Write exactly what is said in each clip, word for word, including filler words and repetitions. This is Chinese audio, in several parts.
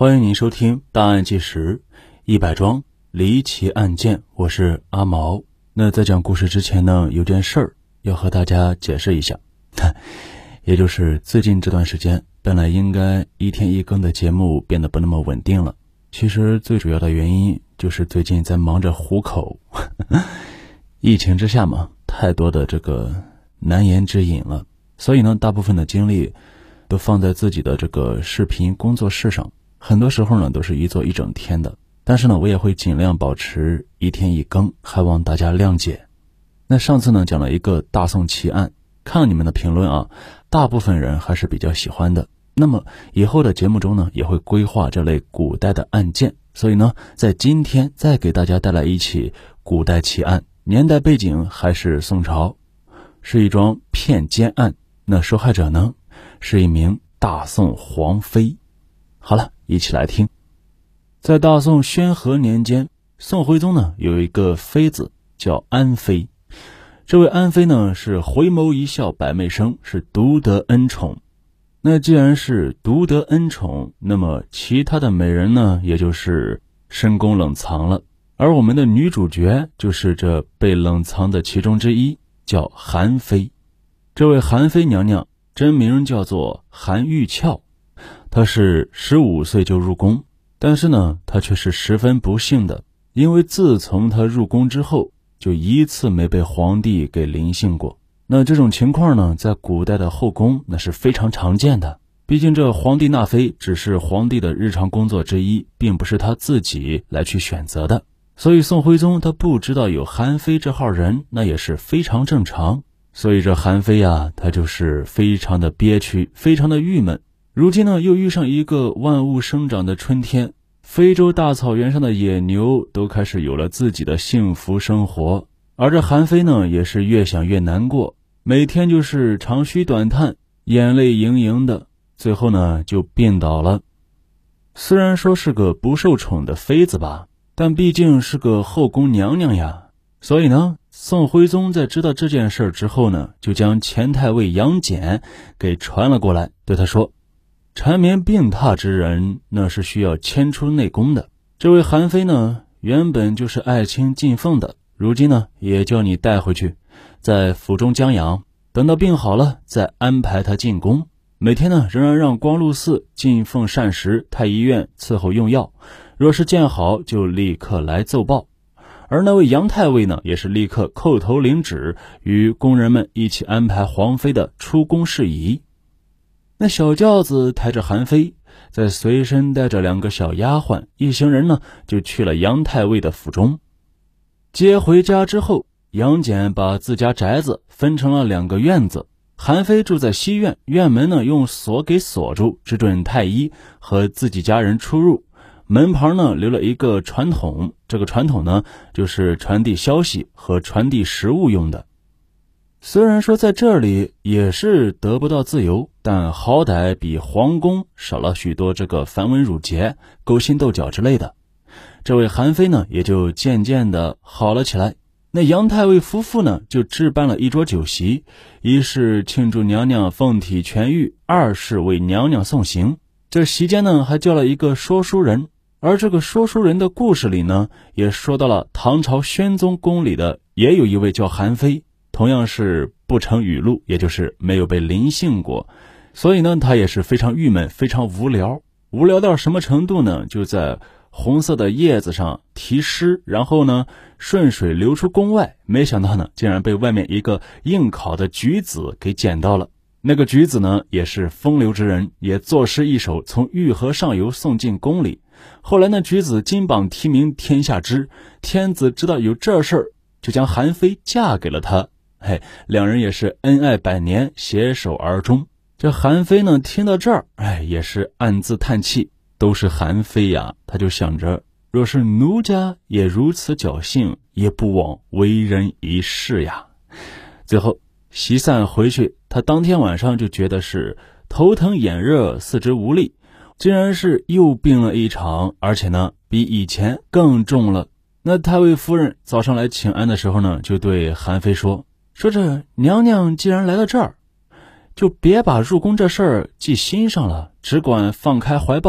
欢迎您收听大案纪实一百桩离奇案件，我是阿毛。那在讲故事之前呢，有件事儿要和大家解释一下，也就是最近这段时间本来应该一天一更的节目变得不那么稳定了。其实最主要的原因就是最近在忙着糊口疫情之下嘛，太多的这个难言之隐了，所以呢大部分的精力都放在自己的这个视频工作室上，很多时候呢都是一做一整天的，但是呢我也会尽量保持一天一更，还望大家谅解。那上次呢讲了一个大宋奇案，看了你们的评论啊，大部分人还是比较喜欢的。那么以后的节目中呢也会规划这类古代的案件，所以呢在今天再给大家带来一起古代奇案，年代背景还是宋朝，是一桩骗奸案，那受害者呢是一名大宋皇妃。好了，一起来听。在大宋宣和年间，宋徽宗呢有一个妃子叫安妃，这位安妃呢是回眸一笑百媚生，是独得恩宠。那既然是独得恩宠，那么其他的美人呢也就是深宫冷藏了，而我们的女主角就是这被冷藏的其中之一，叫韩妃。这位韩妃娘娘真名叫做韩玉翘，她是十五岁就入宫，但是呢她却是十分不幸的，因为自从她入宫之后就一次没被皇帝给临幸过。那这种情况呢在古代的后宫那是非常常见的，毕竟这皇帝纳妃只是皇帝的日常工作之一，并不是他自己来去选择的，所以宋徽宗他不知道有韩妃这号人，那也是非常正常。所以这韩妃啊，她就是非常的憋屈，非常的郁闷。如今呢又遇上一个万物生长的春天，非洲大草原上的野牛都开始有了自己的幸福生活，而这韩妃呢也是越想越难过，每天就是长吁短叹，眼泪盈盈的，最后呢就病倒了。虽然说是个不受宠的妃子吧，但毕竟是个后宫娘娘呀，所以呢宋徽宗在知道这件事之后呢，就将前太尉杨戬给传了过来，对他说，缠绵病榻之人那是需要迁出内宫的，这位韩妃呢原本就是爱卿进奉的，如今呢也叫你带回去，在府中将养，等到病好了再安排他进宫。每天呢仍然让光禄寺进奉膳食，太医院伺候用药，若是见好就立刻来奏报。而那位杨太尉呢也是立刻叩头领旨，与工人们一起安排皇妃的出宫事宜。那小轿子抬着韩妃，再随身带着两个小丫鬟，一行人呢就去了杨太尉的府中。接回家之后，杨戬把自家宅子分成了两个院子，韩妃住在西院，院门呢用锁给锁住，只准太医和自己家人出入。门旁呢留了一个传筒，这个传筒呢就是传递消息和传递食物用的。虽然说在这里也是得不到自由，但好歹比皇宫少了许多这个繁文缛节、勾心斗角之类的。这位韩妃呢也就渐渐的好了起来。那杨太尉夫妇呢就置办了一桌酒席，一是庆祝娘娘凤体痊愈，二是为娘娘送行。这席间呢还叫了一个说书人，而这个说书人的故事里呢也说到了唐朝宣宗宫里的也有一位叫韩妃，同样是不成语录，也就是没有被临幸过，所以呢他也是非常郁闷，非常无聊。无聊到什么程度呢，就在红色的叶子上题诗，然后呢顺水流出宫外，没想到呢竟然被外面一个应考的举子给捡到了。那个举子呢也是风流之人，也作诗一首，从御河上游送进宫里。后来那举子金榜题名天下知，天子知道有这事儿，就将韩妃嫁给了他。嘿，两人也是恩爱百年，携手而终。这韩妃呢听到这儿，哎，也是暗自叹气，都是韩妃呀，他就想着，若是奴家也如此侥幸，也不枉为人一世呀。最后席散回去，他当天晚上就觉得是头疼眼热，四肢无力，竟然是又病了一场，而且呢比以前更重了。那太尉夫人早上来请安的时候呢，就对韩妃说说这娘娘既然来到这儿，就别把入宫这事儿记心上了，只管放开怀抱，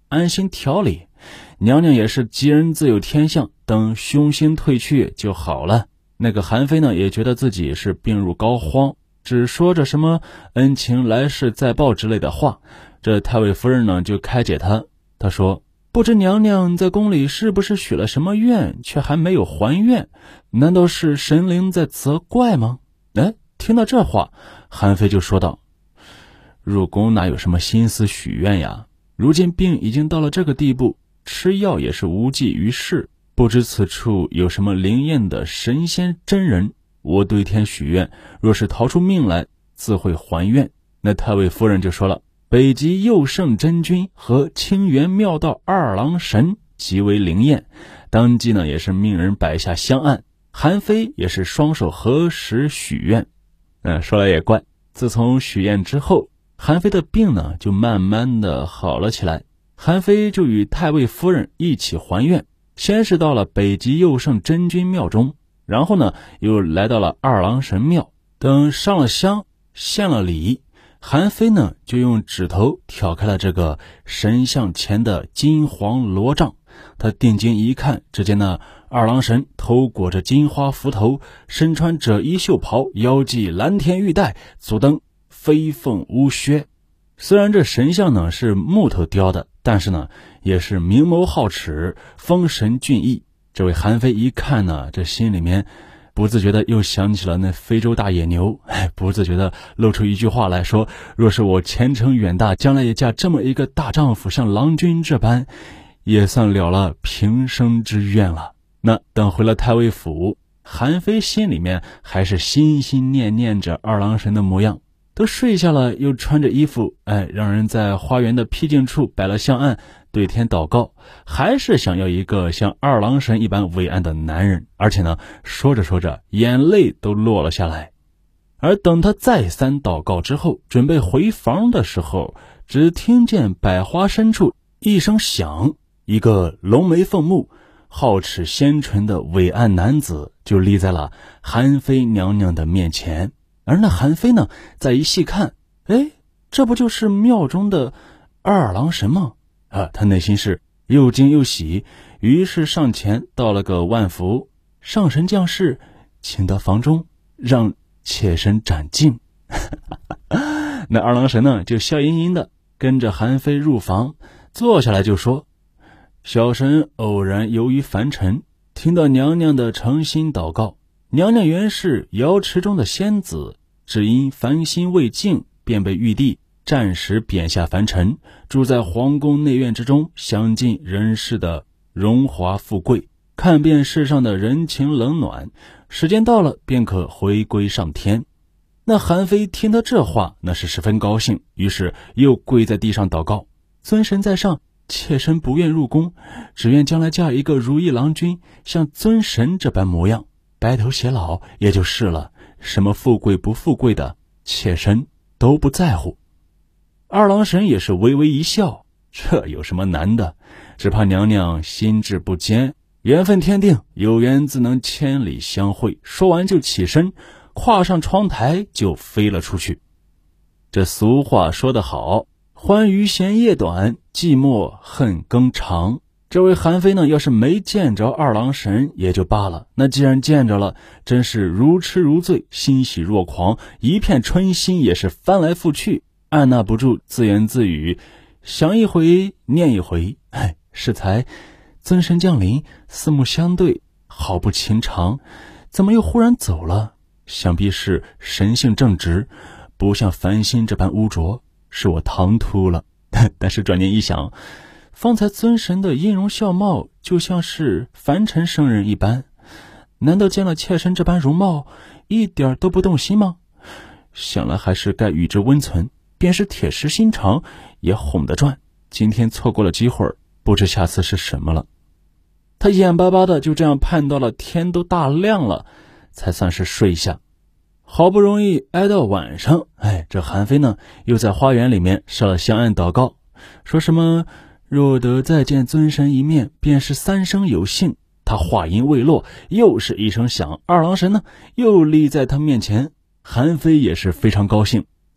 安心调理。娘娘也是吉人自有天相，等凶星退去就好了。那个韩非呢，也觉得自己是病入膏肓，只说着什么恩情来世再报之类的话。这太尉夫人呢就开解他，他说不知娘娘在宫里是不是许了什么愿，却还没有还愿，难道是神灵在责怪吗？哎，听到这话，韩非就说道，入宫哪有什么心思许愿呀，如今病已经到了这个地步，吃药也是无济于事，不知此处有什么灵验的神仙真人，我对天许愿，若是逃出命来，自会还愿。那太尉夫人就说了，北极佑圣真君和清源妙道二郎神极为灵验，当即呢也是命人摆下香案，韩非也是双手合十许愿。嗯，说来也怪，自从许愿之后，韩非的病呢就慢慢的好了起来。韩非就与太尉夫人一起还愿，先是到了北极佑圣真君庙中，然后呢又来到了二郎神庙。等上了香献了礼，韩非呢就用指头挑开了这个神像前的金黄罗帐。他定睛一看，只见那二郎神头裹着金花幞头，身穿着衣袖袍，腰系蓝天玉带，足蹬飞凤乌靴。虽然这神像呢是木头雕的，但是呢也是明眸皓齿，风神俊逸。这位韩非一看呢，这心里面不自觉的又想起了那非洲大野牛，哎，不自觉的露出一句话来说，若是我前程远大，将来也嫁这么一个大丈夫，像郎君这般，也算了了平生之愿了。那等回了太尉府，韩非心里面还是心心念念着二郎神的模样。都睡下了，又穿着衣服，哎，让人在花园的僻静处摆了香案，对天祷告，还是想要一个像二郎神一般伟岸的男人。而且呢，说着说着，眼泪都落了下来。而等他再三祷告之后，准备回房的时候，只听见百花深处一声响，一个龙眉凤目、皓齿纤唇的伟岸男子就立在了韩非娘娘的面前。而那韩非呢，再一细看，哎，这不就是庙中的二郎神吗？啊，他内心是又惊又喜，于是上前道了个万福，上神降世，请到房中，让妾身斩尽。那二郎神呢，就笑吟吟的跟着韩非入房，坐下来就说，小神偶然游于凡尘，听到娘娘的诚心祷告，娘娘原是瑶池中的仙子，只因凡心未净，便被玉帝暂时贬下凡尘，住在皇宫内院之中，享尽人世的荣华富贵，看遍世上的人情冷暖，时间到了便可回归上天。那韩非听到这话，那是十分高兴，于是又跪在地上祷告，尊神在上，妾身不愿入宫，只愿将来嫁一个如意郎君，像尊神这般模样，白头偕老也就是了，什么富贵不富贵的，妾身都不在乎。二郎神也是微微一笑，这有什么难的，只怕娘娘心智不坚，缘分天定，有缘自能千里相会。说完就起身，跨上窗台就飞了出去。这俗话说得好，欢娱嫌夜短，寂寞恨更长。这位韩非呢，要是没见着二郎神也就罢了，那既然见着了，真是如痴如醉，欣喜若狂，一片春心也是翻来覆去，按捺不住，自言自语，想一回念一回，哎，适才尊神降临，四目相对，好不寻常，怎么又忽然走了？想必是神性正直，不像凡心这般污浊，是我唐突了。但是转念一想，方才尊神的音容笑貌就像是凡尘生人一般，难道见了妾身这般容貌一点都不动心吗？想来还是该与之温存，便是铁石心肠也哄得转，今天错过了机会，不知下次是什么了。他眼巴巴的就这样盼到了天都大亮了，才算是睡下。好不容易挨到晚上，哎，这韩非呢又在花园里面设了香案祷告，说什么若得再见尊神一面，便是三生有幸。他话音未落，又是一声响，二郎神呢又立在他面前。韩非也是非常高兴，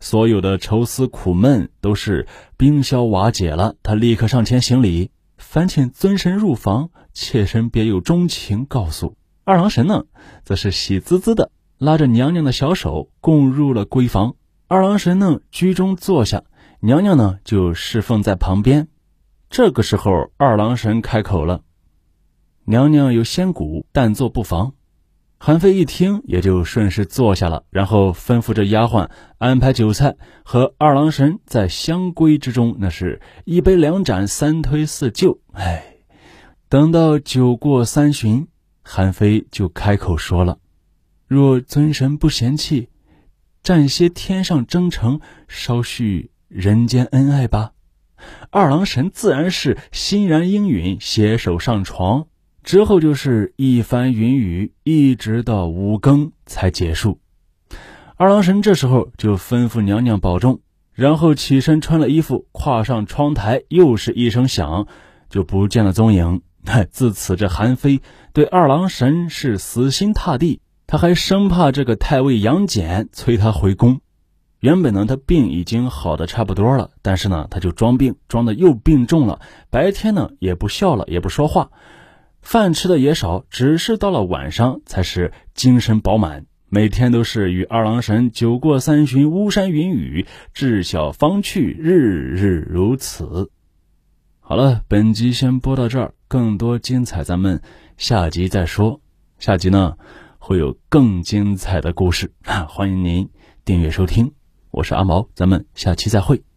所有的愁思苦闷都是冰消瓦解了。他立刻上前行礼，烦请尊神入房，妾身别有钟情告诉。二郎神呢，则是喜滋滋的拉着娘娘的小手共入了闺房。二郎神呢居中坐下，娘娘呢就侍奉在旁边。这个时候二郎神开口了：娘娘有仙骨，但坐不妨。韩非一听也就顺势坐下了，然后吩咐着丫鬟安排酒菜，和二郎神在香闺之中那是一杯两盏三推四就。哎，等到酒过三巡，韩非就开口说了：若尊神不嫌弃，暂歇天上征程，稍续人间恩爱吧。二郎神自然是欣然应允，携手上床，之后就是一番云雨，一直到五更才结束。二郎神这时候就吩咐娘娘保重，然后起身穿了衣服，跨上窗台，又是一声响，就不见了踪影。自此这韩非对二郎神是死心塌地，他还生怕这个太尉杨戬催他回宫。原本呢他病已经好的差不多了，但是呢他就装病，装的又病重了，白天呢也不笑了，也不说话，饭吃的也少，只是到了晚上才是精神饱满，每天都是与二郎神酒过三巡，巫山云雨，至晓方去，日日如此。好了，本集先播到这儿，更多精彩咱们下集再说。下集呢会有更精彩的故事，欢迎您订阅收听。我是阿毛，咱们下期再会。